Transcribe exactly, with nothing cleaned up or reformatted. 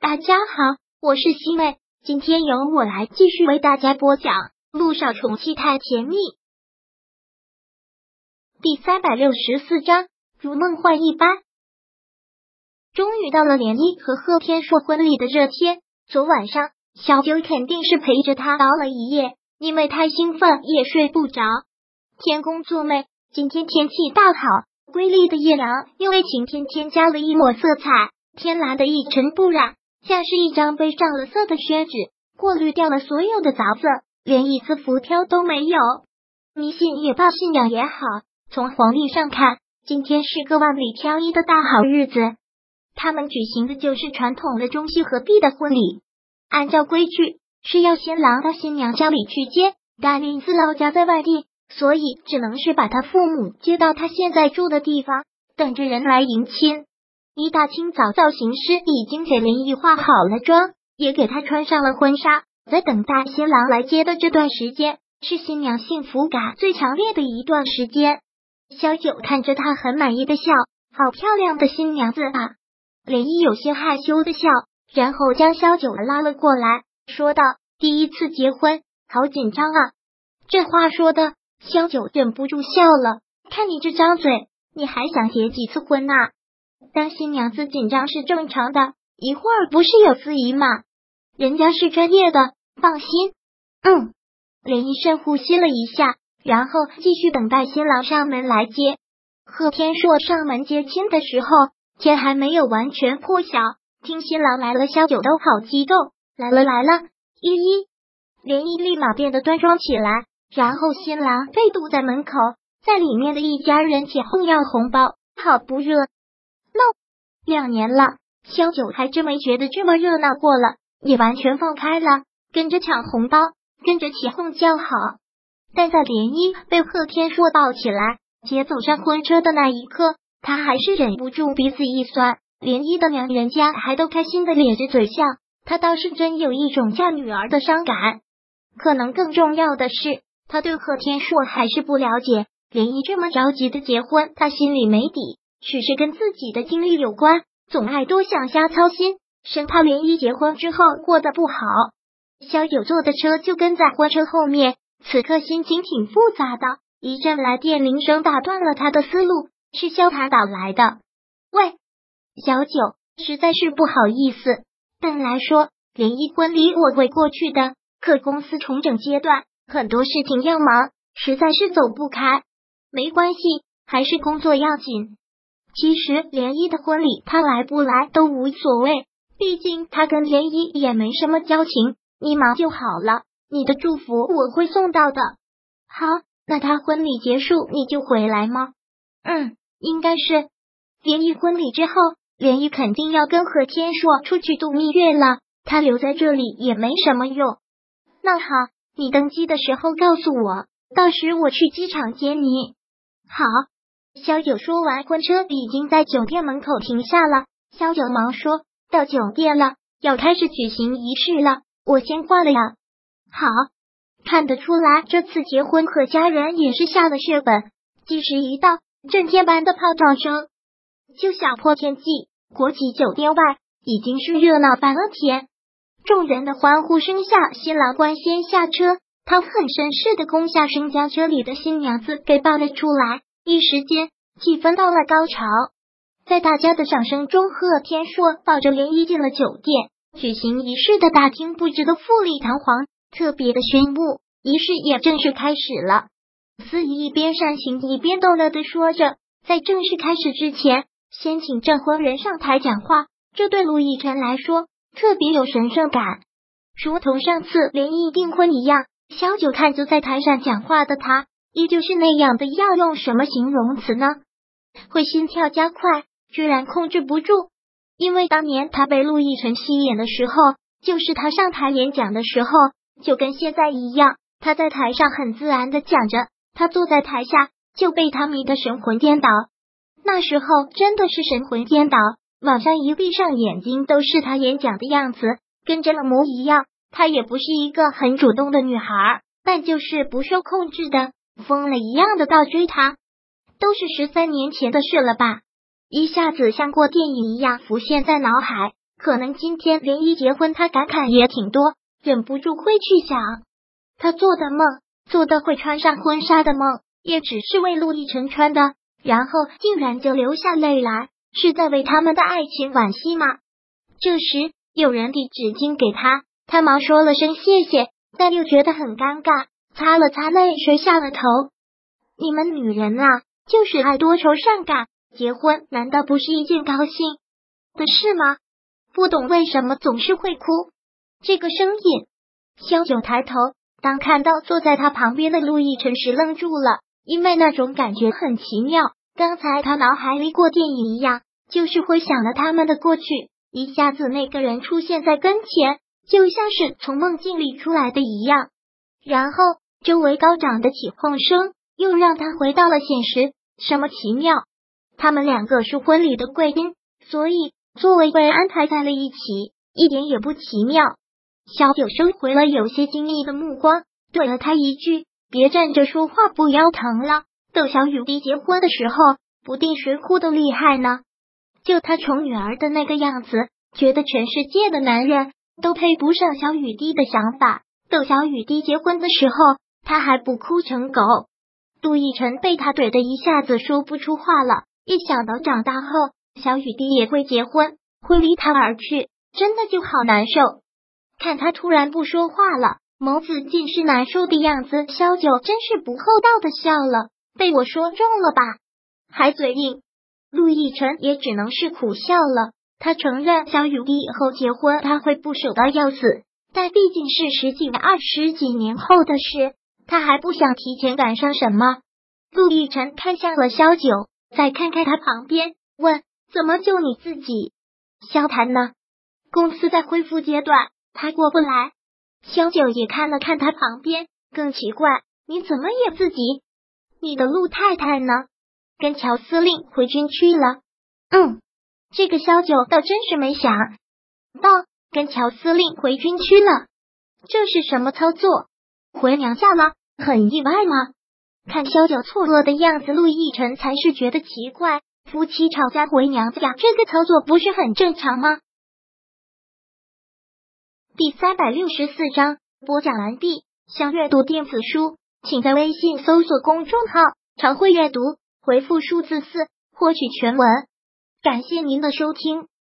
大家好，我是西妹，今天由我来继续为大家播讲《陆少宠妻太甜蜜》第三百六十四章，如梦幻一般。终于到了涟漪和贺天硕婚礼的这天，昨晚上小九肯定是陪着他熬了一夜，因为太兴奋也睡不着。天公作美，今天天气大好，瑰丽的夜阳又为晴天添加了一抹色彩，天蓝的一尘不染，像是一张被上了色的宣纸，过滤掉了所有的杂色，连一丝浮漂都没有。迷信也罢，信仰也好，从黄历上看，今天是个万里挑一的大好日子。他们举行的就是传统的中西合璧的婚礼，按照规矩是要新郎到新娘家里去接，但林子老家在外地，所以只能是把他父母接到他现在住的地方，等着人来迎亲。一大清早，造型师已经给林毅化好了妆，也给他穿上了婚纱。在等待新郎来接的这段时间，是新娘幸福感最强烈的一段时间。小九看着他很满意的笑，好漂亮的新娘子啊！涟漪有些害羞的笑，然后将小九拉了过来，说道：“第一次结婚，好紧张啊！”这话说的，小九忍不住笑了。看你这张嘴，你还想结几次婚啊？当新娘子紧张是正常的，一会儿不是有司仪吗？人家是专业的，放心。嗯，涟漪深呼吸了一下，然后继续等待新郎上门来接。贺天硕上门接亲的时候，天还没有完全破晓，听新郎来了，小九都好激动。来了来了，依依。涟漪立马变得端庄起来，然后新郎被堵在门口，在里面的一家人起哄要红包，好不热闹。两年了，小九还真没觉得这么热闹过了，也完全放开了，跟着抢红包，跟着起哄叫好。但在涟漪被贺天硕抱起来接走上婚车的那一刻，他还是忍不住鼻子一酸。涟漪的娘人家还都开心的咧着嘴笑，他倒是真有一种嫁女儿的伤感。可能更重要的是，他对贺天硕还是不了解。涟漪这么着急的结婚，他心里没底，许是跟自己的经历有关，总爱多想瞎操心，生怕涟漪结婚之后过得不好。小九坐的车就跟在婚车后面，此刻心情挺复杂的。一阵来电铃声打断了他的思路，是萧谈打来的。喂，小九，实在是不好意思，本来说涟漪婚礼我会过去的，可公司重整阶段，很多事情要忙，实在是走不开。没关系，还是工作要紧。其实涟漪的婚礼他来不来都无所谓，毕竟他跟涟漪也没什么交情，你忙就好了，你的祝福我会送到的。好，那他婚礼结束你就回来吗？嗯，应该是。涟漪婚礼之后，涟漪肯定要跟贺天硕出去度蜜月了，他留在这里也没什么用。那好，你登机的时候告诉我，到时我去机场接你。好。小九说完，婚车已经在酒店门口停下了。小九忙说：“到酒店了，要开始举行仪式了，我先挂了呀。”好，看得出来这次结婚贺家人也是下了血本。计时一到，震天般的炮仗声就响破天际，国际酒店外已经是热闹翻了天。众人的欢呼声下，新郎官先下车，他很绅士的躬下身将车里的新娘子给抱了出来。一时间，气氛到了高潮。在大家的掌声中，贺天硕抱着涟漪进了酒店。举行仪式的大厅布置的富丽堂皇，特别的炫目。仪式也正式开始了。司仪一边煽情一边逗乐的说着，在正式开始之前，先请证婚人上台讲话。这对陆亦辰来说特别有神圣感，如同上次涟漪订婚一样。小九看着在台上讲话的他，依旧是那样的，要用什么形容词呢？会心跳加快，居然控制不住。因为当年他被陆亦辰吸引的时候，就是他上台演讲的时候，就跟现在一样，他在台上很自然的讲着，他坐在台下就被他迷得神魂颠倒。那时候真的是神魂颠倒，晚上一闭上眼睛都是他演讲的样子，跟着了模一样。她也不是一个很主动的女孩，但就是不受控制的疯了一样的倒追他，都是十三年前的事了吧？一下子像过电影一样浮现在脑海。 可能今天连一结婚，他感慨也挺多，忍不住会去想，他做的梦，做的会穿上婚纱的梦，也只是为陆亦辰穿的，然后竟然就流下泪来，是在为他们的爱情惋惜吗？这时有人递纸巾给他，他忙说了声谢谢，但又觉得很尴尬，擦了擦泪水下了头。你们女人啊，就是爱多愁善感，结婚难道不是一件高兴的事吗？不懂为什么总是会哭。这个声音，萧九抬头，当看到坐在他旁边的陆亦辰时愣住了，因为那种感觉很奇妙，刚才他脑海里过电影一样，就是会想了他们的过去，一下子那个人出现在跟前，就像是从梦境里出来的一样。然后周围高涨的起哄声又让他回到了现实。什么奇妙？他们两个是婚礼的贵宾，所以座位被安排在了一起，一点也不奇妙。萧九收回了有些惊异的目光，怼了他一句：别站着说话不腰疼了，等小雨滴结婚的时候，不定谁哭得厉害呢。就他宠女儿的那个样子，觉得全世界的男人都配不上小雨滴的想法。等小雨滴结婚的时候，他还不哭成狗。陆亦辰被他怼得一下子说不出话了，一想到长大后小雨滴也会结婚，会离他而去，真的就好难受。看他突然不说话了，眸子尽是难受的样子，萧九真是不厚道的笑了，被我说中了吧，还嘴硬。陆亦辰也只能是苦笑了，他承认小雨滴以后结婚他会不舍得要死，但毕竟是十几二十几年后的事，他还不想提前赶上什么。陆亦辰看向了萧九，再看看他旁边，问：怎么就你自己？萧谈呢？公司在恢复阶段，他过不来。萧九也看了看他旁边，更奇怪，你怎么也自己？你的陆太太呢？跟乔司令回军区了。嗯，这个萧九倒真是没想到，跟乔司令回军区了，这是什么操作？回娘家了，很意外吗？看萧九错愕的样子，陆亦辰才是觉得奇怪，夫妻吵架回娘家，这个操作不是很正常吗？第三百六十四章播讲完毕。想阅读电子书，请在微信搜索公众号常会阅读，回复数字四获取全文。感谢您的收听。